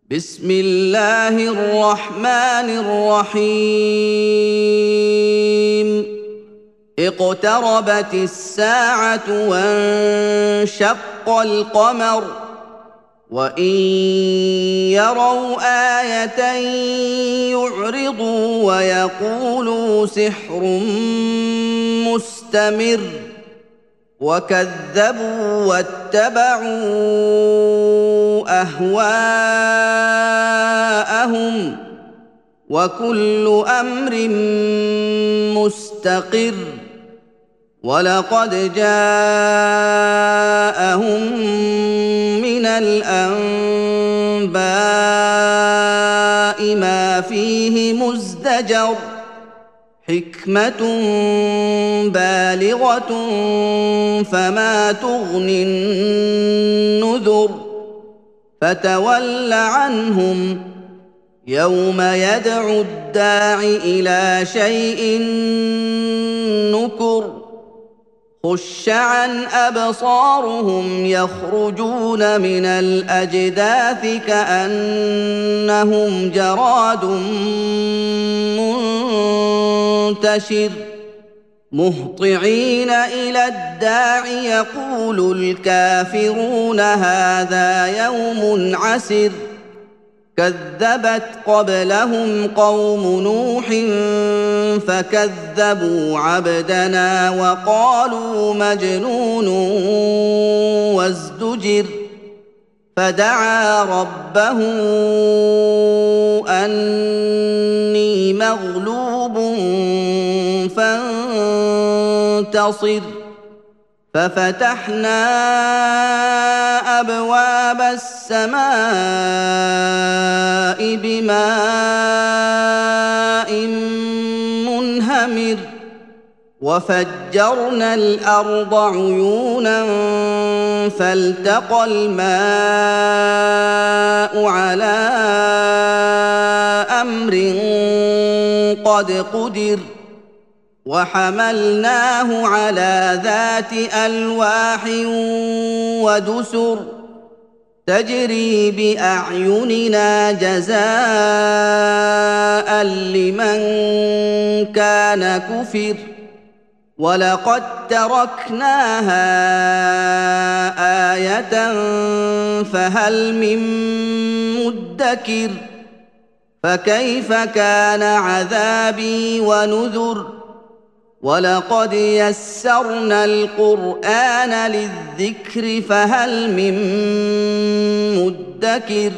بسم الله الرحمن الرحيم اقتربت الساعة وانشق القمر وإن يروا آية يعرضوا ويقولوا سحر مستمر وكذبوا واتبعوا أهواءهم وكل أمر مستقر ولقد جاءهم من الأنباء ما فيه مزدجر حكمة بالغة فما تغني النذر فتول عنهم يوم يدعو الداع إلى شيء نكر خش عن أبصارهم يخرجون من الأجداث كأنهم جراد منتشر مهطعين إلى الداع يقول الكافرون هذا يوم عسر كذبت قبلهم قوم نوح فكذبوا عبدنا وقالوا مجنون وازدجر فدعا ربه أني مغلوب فانتصر ففتحنا أبواب السماء بماء منهمر وفجرنا الأرض عيونا فالتقى الماء على أمر قد قدر وحملناه على ذات ألواح ودسر تجري بأعيننا جزاء لمن كان كفر ولقد تركناها آية فهل من مدكر فكيف كان عذابي ونذر ولقد يسرنا القرآن للذكر فهل من مدكر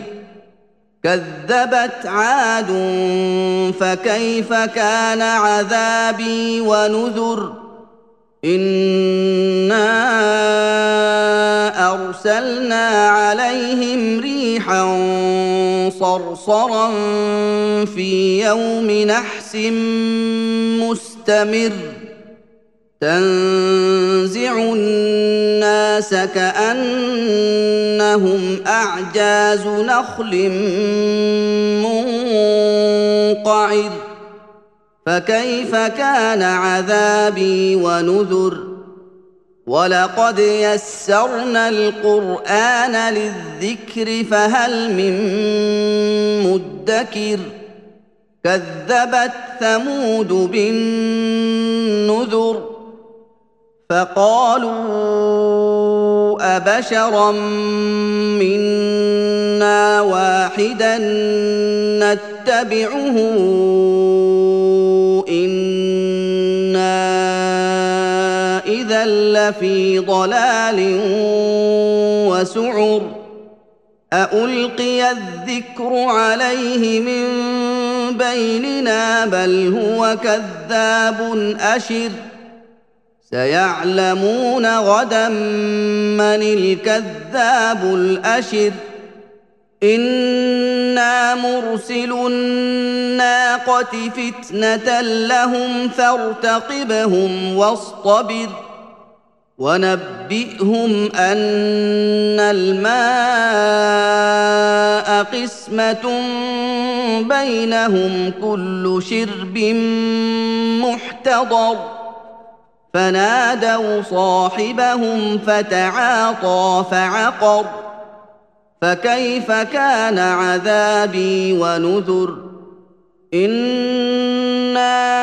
كذبت عاد فكيف كان عذابي ونذر إنا أرسلنا عليهم ريحا صرصرا في يوم نحس مستمر تنزع الناس كأنهم أعجاز نخل منقعر فكيف كان عذابي ونذر ولقد يسرنا القرآن للذكر فهل من مدكر كذبت ثمود بالنذر فقالوا أبشرا منا واحدا نتبعه إنا إذا لفي ضلال وسعر أألقي الذكر عليه من بيننا بل هو كذاب أشر سيعلمون غدا من الكذاب الأشر إنا مرسل الناقة فتنة لهم فارتقبهم واصطبر ونبئهم أن الماء قسمة بينهم كل شرب محتضر فنادوا صاحبهم فتعاطى فعقر فكيف كان عذابي ونذر إنا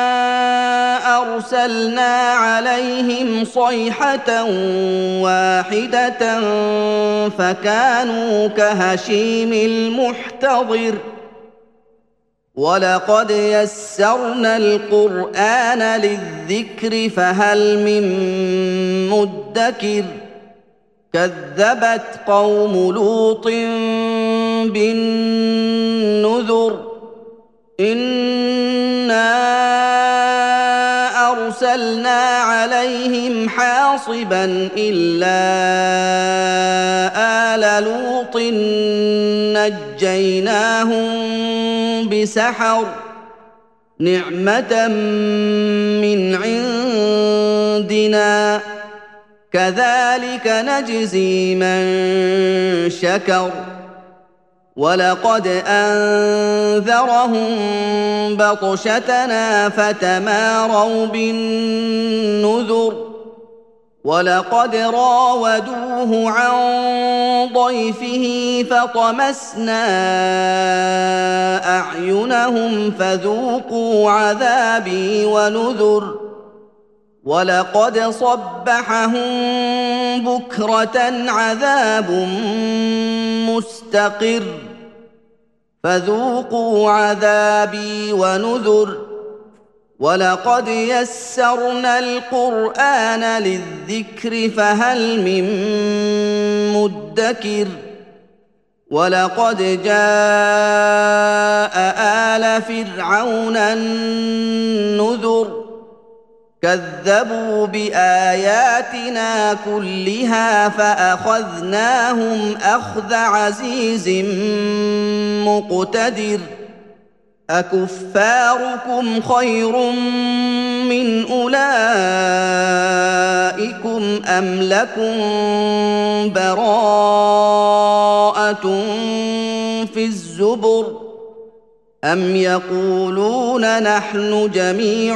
أرسلنا عليهم صيحة واحدة فكانوا كهشيم المحتضر ولقد يسرنا القرآن للذكر فهل من مدكر كذبت قوم لوط بالنذر إنا أرسلنا عليهم حاصبا إلا آل لوط نجيناهم بسحر نعمة من عندنا كذلك نجزي من شكر ولقد أنذرهم بطشتنا فتماروا بالنذر ولقد راودوه عن ضيفه فطمسنا أعينهم فذوقوا عذابي ونذر ولقد صبحهم بكرة عذاب مستقر فذوقوا عذابي ونذر ولقد يسرنا القرآن للذكر فهل من مدكر ولقد جاء آل فرعون النذر كذبوا بآياتنا كلها فأخذناهم أخذ عزيز مقتدر أكفاركم خير من أولئكم أم لكم براءة في الزبر أم يقولون نحن جميع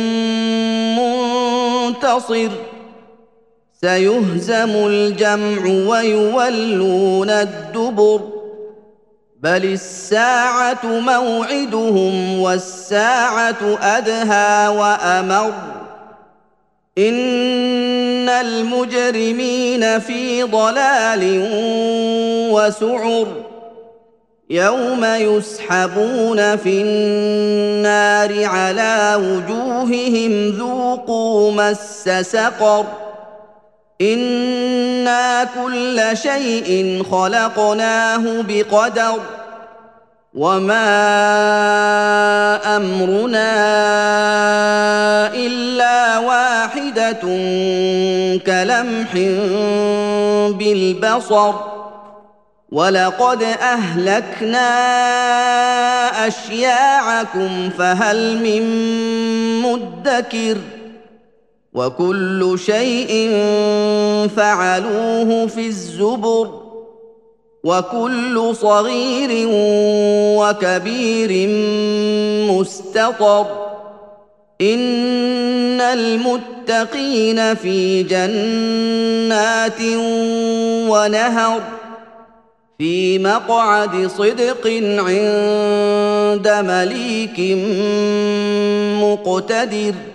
منتصر سيهزم الجمع ويولون الدبر بل الساعة موعدهم والساعة أدهى وأمر إن المجرمين في ضلال وسعر يوم يسحبون في النار على وجوههم ذوقوا مس سقر إنا كل شيء خلقناه بقدر وما أمرنا إلا واحدة كلمح بالبصر ولقد أهلكنا أشياعكم فهل من مدكر وكل شيء فعلوه في الزبر وكل صغير وكبير مستطر إن المتقين في جنات ونهر في مقعد صدق عند مليك مقتدر